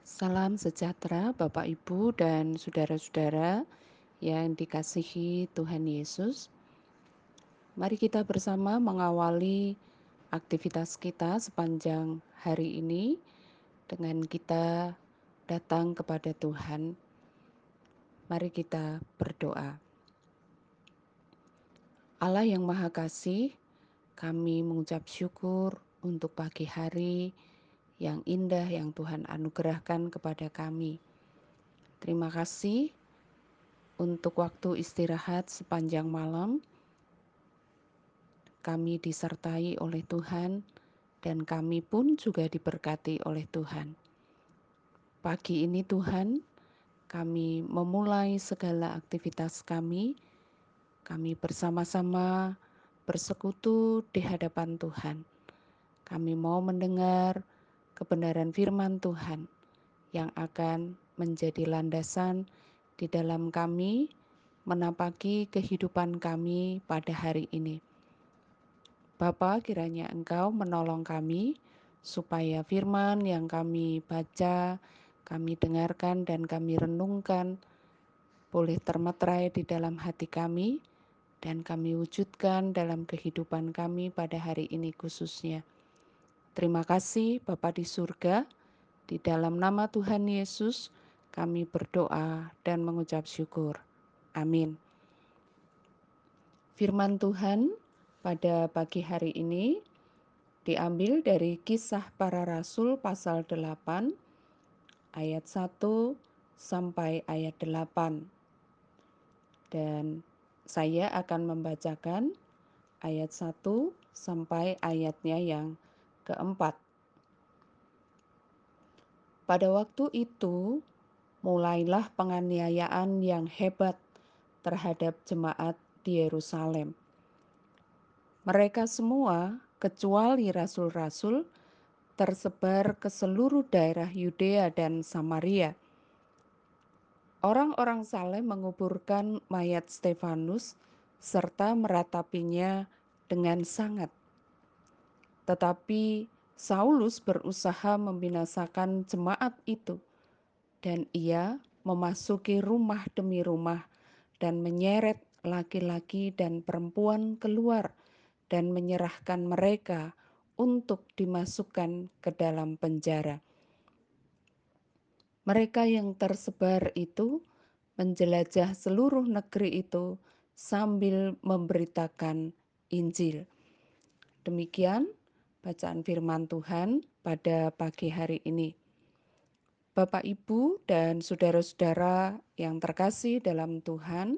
Salam sejahtera Bapak Ibu dan saudara-saudara yang dikasihi Tuhan Yesus. Mari kita bersama mengawali aktivitas kita sepanjang hari ini dengan kita datang kepada Tuhan. Mari kita berdoa. Allah yang Maha Kasih, kami mengucap syukur untuk pagi hari yang indah yang Tuhan anugerahkan kepada kami. Terima kasih untuk waktu istirahat sepanjang malam. Kami disertai oleh Tuhan dan kami pun juga diberkati oleh Tuhan. Pagi ini Tuhan, kami memulai segala aktivitas kami. Kami bersama-sama bersekutu di hadapan Tuhan. Kami mau mendengar kebenaran firman Tuhan yang akan menjadi landasan di dalam kami menapaki kehidupan kami pada hari ini. Bapa, kiranya Engkau menolong kami supaya firman yang kami baca, kami dengarkan dan kami renungkan boleh termeterai di dalam hati kami dan kami wujudkan dalam kehidupan kami pada hari ini khususnya. Terima kasih Bapa di surga, di dalam nama Tuhan Yesus kami berdoa dan mengucap syukur. Amin. Firman Tuhan pada pagi hari ini diambil dari Kisah Para Rasul pasal 8 ayat 1 sampai ayat 8. Dan saya akan membacakan ayat 1 sampai ayatnya yang keempat. Pada waktu itu, mulailah penganiayaan yang hebat terhadap jemaat di Yerusalem. Mereka semua, kecuali rasul-rasul, tersebar ke seluruh daerah Yudea dan Samaria. Orang-orang saleh menguburkan mayat Stefanus serta meratapinya dengan sangat. Tetapi Saulus berusaha membinasakan jemaat itu, dan ia memasuki rumah demi rumah dan menyeret laki-laki dan perempuan keluar dan menyerahkan mereka untuk dimasukkan ke dalam penjara. Mereka yang tersebar itu menjelajah seluruh negeri itu sambil memberitakan Injil. Demikian bacaan firman Tuhan pada pagi hari ini. Bapak, Ibu, dan saudara-saudara yang terkasih dalam Tuhan,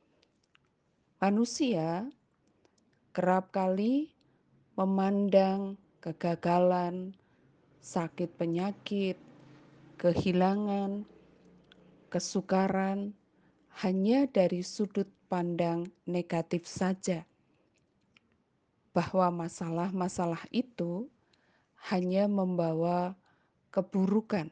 manusia kerap kali memandang kegagalan, sakit penyakit, kehilangan, kesukaran hanya dari sudut pandang negatif saja, bahwa masalah-masalah itu hanya membawa keburukan.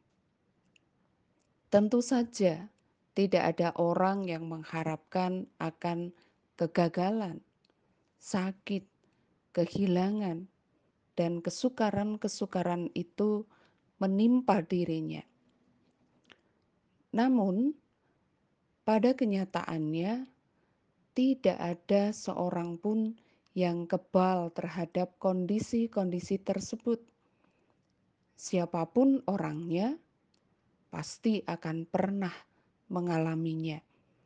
Tentu saja tidak ada orang yang mengharapkan akan kegagalan, sakit, kehilangan, dan kesukaran-kesukaran itu menimpa dirinya. Namun, pada kenyataannya, tidak ada seorang pun yang kebal terhadap kondisi-kondisi tersebut. Siapapun orangnya, pasti akan pernah mengalaminya.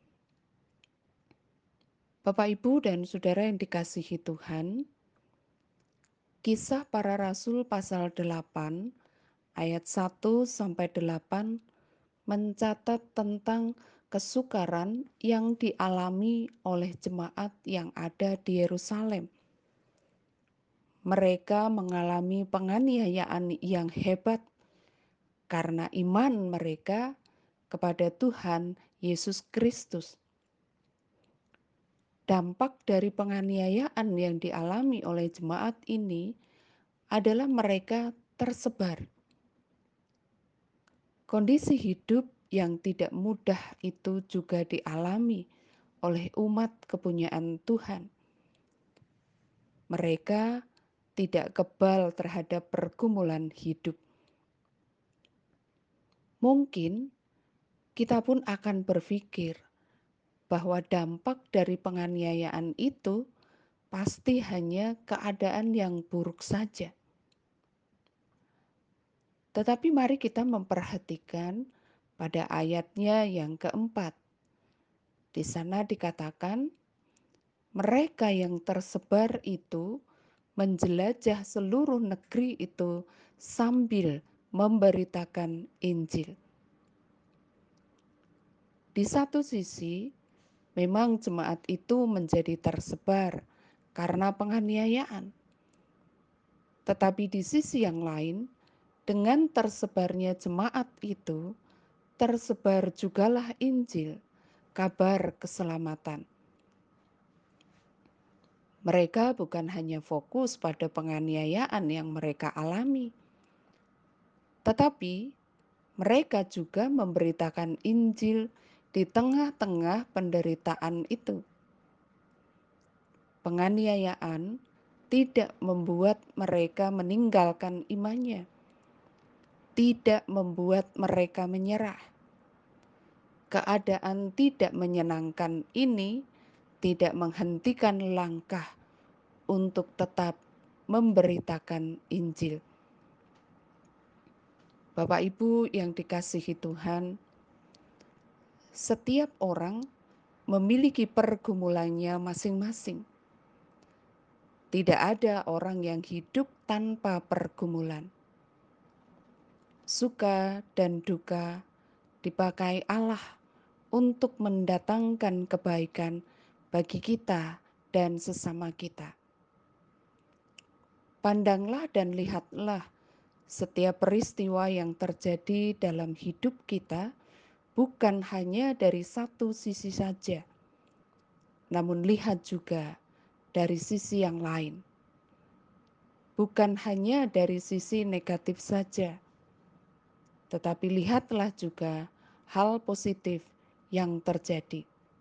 Bapak, Ibu, dan saudara yang dikasihi Tuhan, Kisah Para Rasul pasal 8 ayat 1 sampai 8 mencatat tentang kesukaran yang dialami oleh jemaat yang ada di Yerusalem. Mereka mengalami penganiayaan yang hebat karena iman mereka kepada Tuhan Yesus Kristus. Dampak dari penganiayaan yang dialami oleh jemaat ini adalah mereka tersebar. Kondisi hidup yang tidak mudah itu juga dialami oleh umat kepunyaan Tuhan. Mereka tidak kebal terhadap pergumulan hidup. mungkin kita pun akan berpikir bahwa dampak dari penganiayaan itu pasti hanya keadaan yang buruk saja. Tetapi mari kita memperhatikan pada ayatnya yang keempat. Di sana dikatakan, mereka yang tersebar itu menjelajah seluruh negeri itu sambil memberitakan Injil. Di satu sisi, memang jemaat itu menjadi tersebar karena penganiayaan. Tetapi di sisi yang lain, dengan tersebarnya jemaat itu, tersebar jugalah Injil, kabar keselamatan. Mereka bukan hanya fokus pada penganiayaan yang mereka alami, tetapi mereka juga memberitakan Injil di tengah-tengah penderitaan itu. Penganiayaan tidak membuat mereka meninggalkan imannya, tidak membuat mereka menyerah. Keadaan tidak menyenangkan ini tidak menghentikan langkah untuk tetap memberitakan Injil. Bapak Ibu yang dikasihi Tuhan, setiap orang memiliki pergumulannya masing-masing. Tidak ada orang yang hidup tanpa pergumulan. Suka dan duka dipakai Allah untuk mendatangkan kebaikan bagi kita dan sesama kita. Pandanglah dan lihatlah setiap peristiwa yang terjadi dalam hidup kita bukan hanya dari satu sisi saja, namun lihat juga dari sisi yang lain. Bukan hanya dari sisi negatif saja, tetapi lihatlah juga hal positif yang terjadi.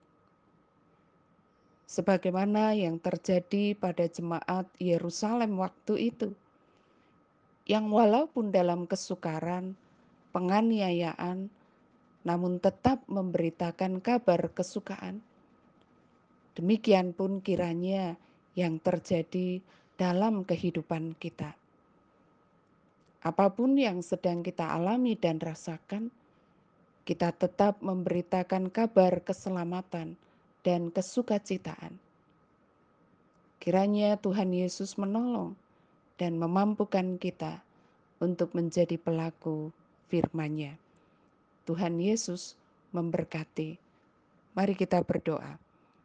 Sebagaimana yang terjadi pada jemaat Yerusalem waktu itu, yang walaupun dalam kesukaran, penganiayaan, namun tetap memberitakan kabar kesukaan. Demikian pun kiranya yang terjadi dalam kehidupan kita. Apapun yang sedang kita alami dan rasakan, kita tetap memberitakan kabar keselamatan dan kesukacitaan. Kiranya Tuhan Yesus menolong dan memampukan kita untuk menjadi pelaku firman-Nya. Tuhan Yesus memberkati. Mari kita berdoa.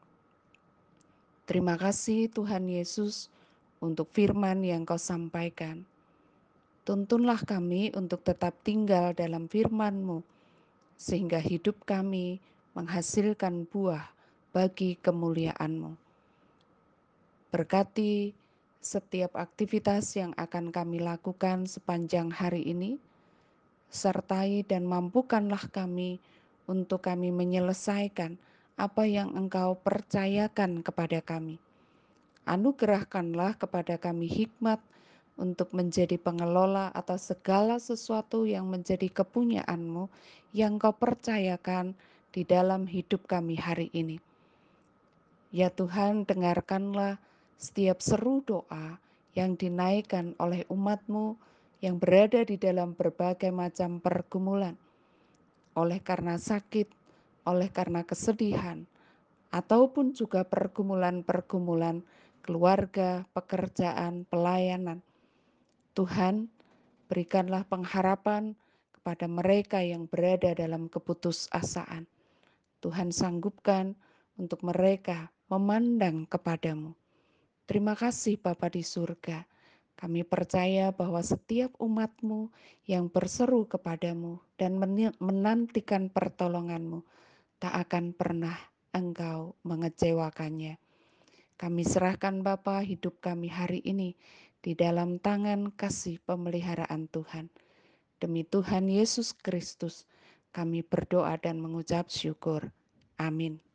Terima kasih Tuhan Yesus untuk firman yang Kau sampaikan. Tuntunlah kami untuk tetap tinggal dalam firman-Mu, sehingga hidup kami menghasilkan buah bagi kemuliaan-Mu. Berkati setiap aktivitas yang akan kami lakukan sepanjang hari ini, sertai dan mampukanlah kami untuk kami menyelesaikan apa yang Engkau percayakan kepada kami. Anugerahkanlah kepada kami hikmat untuk menjadi pengelola atas segala sesuatu yang menjadi kepunyaan-Mu yang Kau percayakan di dalam hidup kami hari ini. Ya Tuhan, dengarkanlah setiap seru doa yang dinaikkan oleh umat-Mu yang berada di dalam berbagai macam pergumulan, oleh karena sakit, oleh karena kesedihan, ataupun juga pergumulan-pergumulan keluarga, pekerjaan, pelayanan. Tuhan, berikanlah pengharapan kepada mereka yang berada dalam keputusasaan. Tuhan sanggupkan untuk mereka memandang kepadamu. Terima kasih Bapa di surga. Kami percaya bahwa setiap umat-Mu yang berseru kepadamu dan menantikan pertolongan-Mu, tak akan pernah Engkau mengecewakannya. Kami serahkan Bapa hidup kami hari ini di dalam tangan kasih pemeliharaan Tuhan. Demi Tuhan Yesus Kristus, kami berdoa dan mengucap syukur. Amin.